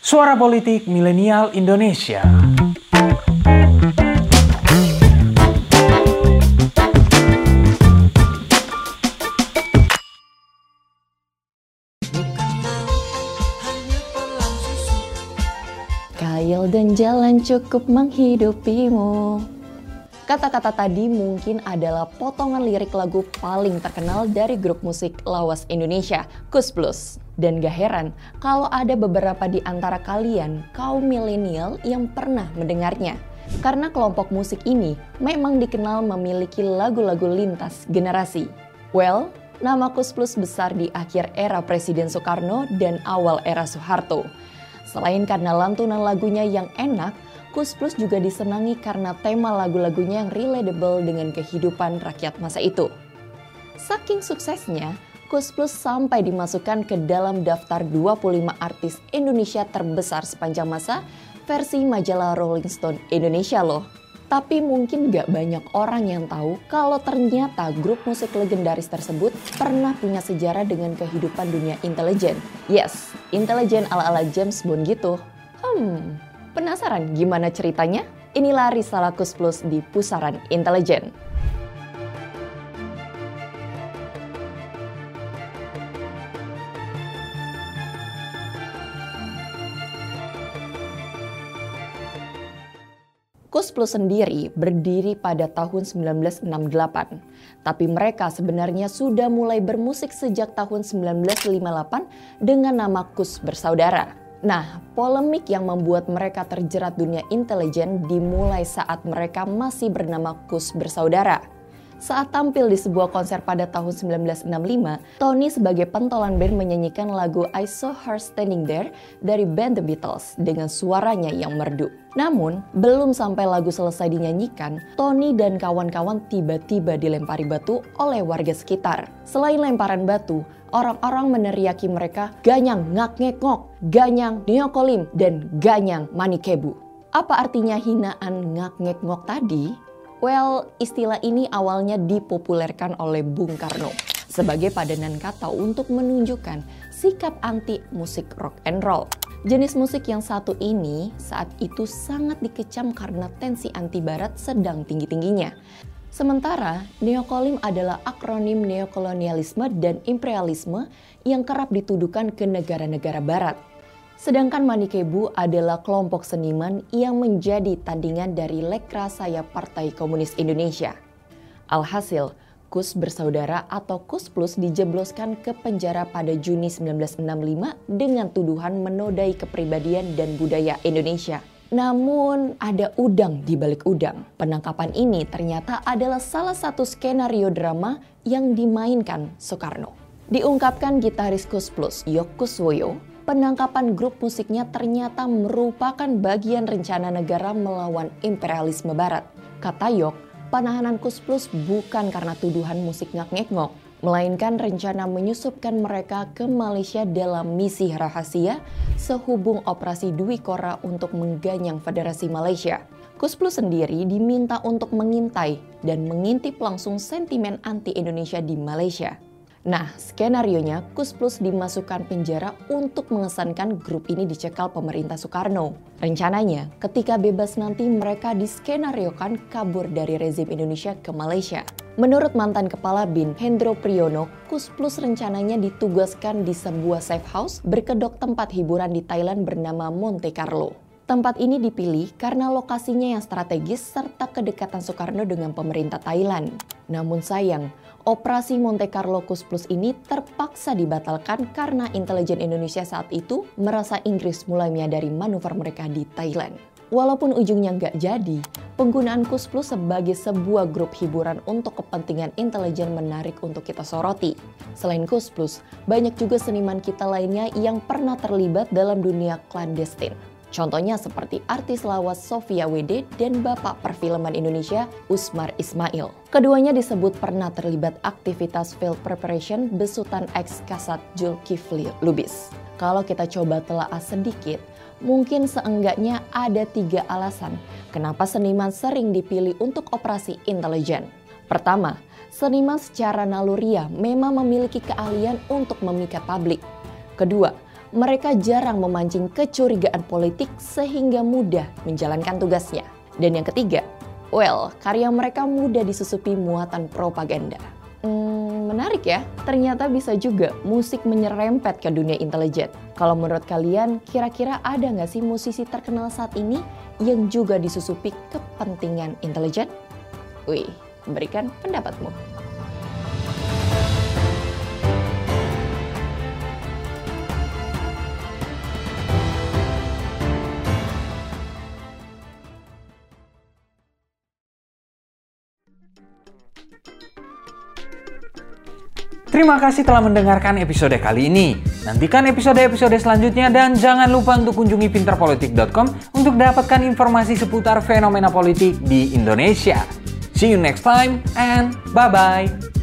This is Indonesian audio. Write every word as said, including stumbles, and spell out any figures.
Suara Politik Milenial Indonesia. Kail dan jalan cukup menghidupimu. Kata-kata tadi mungkin adalah potongan lirik lagu paling terkenal dari grup musik lawas Indonesia, Koes Plus. Dan gak heran kalau ada beberapa di antara kalian, kaum milenial yang pernah mendengarnya. Karena kelompok musik ini memang dikenal memiliki lagu-lagu lintas generasi. Well, nama Koes Plus besar di akhir era Presiden Soekarno dan awal era Soeharto. Selain karena lantunan lagunya yang enak, Koes Plus juga disenangi karena tema lagu-lagunya yang relatable dengan kehidupan rakyat masa itu. Saking suksesnya, Koes Plus sampai dimasukkan ke dalam daftar dua puluh lima artis Indonesia terbesar sepanjang masa versi majalah Rolling Stone Indonesia loh. Tapi mungkin gak banyak orang yang tahu kalau ternyata grup musik legendaris tersebut pernah punya sejarah dengan kehidupan dunia intelijen. Yes, intelijen ala-ala James Bond gitu. Hmm, penasaran gimana ceritanya? Inilah Risalah Koes Plus di Pusaran Intelijen. Koes Plus sendiri berdiri pada tahun seribu sembilan ratus enam puluh delapan, tapi mereka sebenarnya sudah mulai bermusik sejak tahun seribu sembilan ratus lima puluh delapan dengan nama Koes Bersaudara. Nah, polemik yang membuat mereka terjerat dunia intelijen dimulai saat mereka masih bernama Koes Bersaudara. Saat tampil di sebuah konser pada tahun seribu sembilan ratus enam puluh lima, Tony sebagai pentolan band menyanyikan lagu I Saw Her Standing There dari band The Beatles dengan suaranya yang merdu. Namun, belum sampai lagu selesai dinyanyikan, Tony dan kawan-kawan tiba-tiba dilempari batu oleh warga sekitar. Selain lemparan batu, orang-orang meneriaki mereka ganyang ngak ngek ngok, ganyang neokolim, dan ganyang manikebu. Apa artinya hinaan ngak ngek ngok tadi? Well, istilah ini awalnya dipopulerkan oleh Bung Karno sebagai padanan kata untuk menunjukkan sikap anti musik rock and roll. Jenis musik yang satu ini saat itu sangat dikecam karena tensi anti barat sedang tinggi-tingginya. Sementara neokolim adalah akronim neokolonialisme dan imperialisme yang kerap dituduhkan ke negara-negara barat. Sedangkan manikebu adalah kelompok seniman yang menjadi tandingan dari Lekra Sayap Partai Komunis Indonesia. Alhasil, Koes Bersaudara atau Koes Plus dijebloskan ke penjara pada Juni seribu sembilan ratus enam puluh lima dengan tuduhan menodai kepribadian dan budaya Indonesia. Namun ada udang di balik udang. Penangkapan ini ternyata adalah salah satu skenario drama yang dimainkan Soekarno. Diungkapkan gitaris Koes Plus, Yok Kuswoyo, penangkapan grup musiknya ternyata merupakan bagian rencana negara melawan imperialisme barat. Kata Yok, penahanan Koes Plus bukan karena tuduhan musik ngak-ngek-ngok, melainkan rencana menyusupkan mereka ke Malaysia dalam misi rahasia sehubung operasi Dwi Kora untuk mengganyang Federasi Malaysia. Koes Plus sendiri diminta untuk mengintai dan mengintip langsung sentimen anti-Indonesia di Malaysia. Nah, skenarionya Koes Plus dimasukkan penjara untuk mengesankan grup ini dicekal pemerintah Soekarno. Rencananya, ketika bebas nanti mereka diskenariokan kabur dari rezim Indonesia ke Malaysia. Menurut mantan kepala B I N, Hendro Priyono, Koes Plus rencananya ditugaskan di sebuah safe house berkedok tempat hiburan di Thailand bernama Monte Carlo. Tempat ini dipilih karena lokasinya yang strategis serta kedekatan Soekarno dengan pemerintah Thailand. Namun sayang, operasi Monte Carlo Koes Plus ini terpaksa dibatalkan karena intelijen Indonesia saat itu merasa Inggris mulai menyadari manuver mereka di Thailand. Walaupun ujungnya nggak jadi, penggunaan Koes Plus sebagai sebuah grup hiburan untuk kepentingan intelijen menarik untuk kita soroti. Selain Koes Plus, banyak juga seniman kita lainnya yang pernah terlibat dalam dunia klandestin. Contohnya seperti artis lawas Sofia Wede dan Bapak Perfilman Indonesia Usmar Ismail. Keduanya disebut pernah terlibat aktivitas field preparation besutan ex Kasat Zulkifli Lubis. Kalau kita coba telaah sedikit, mungkin seenggaknya ada tiga alasan kenapa seniman sering dipilih untuk operasi intelijen. Pertama, seniman secara naluriah memang memiliki keahlian untuk memikat publik. Kedua, mereka jarang memancing kecurigaan politik sehingga mudah menjalankan tugasnya. Dan yang ketiga, well, karya mereka mudah disusupi muatan propaganda. Hmm, menarik ya, ternyata bisa juga musik menyerempet ke dunia intelijen. Kalau menurut kalian, kira-kira ada nggak sih musisi terkenal saat ini yang juga disusupi kepentingan intelijen? Wih, berikan pendapatmu. Terima kasih telah mendengarkan episode kali ini. Nantikan episode-episode selanjutnya dan jangan lupa untuk kunjungi pinterpolitik dot com untuk dapatkan informasi seputar fenomena politik di Indonesia. See you next time and bye-bye.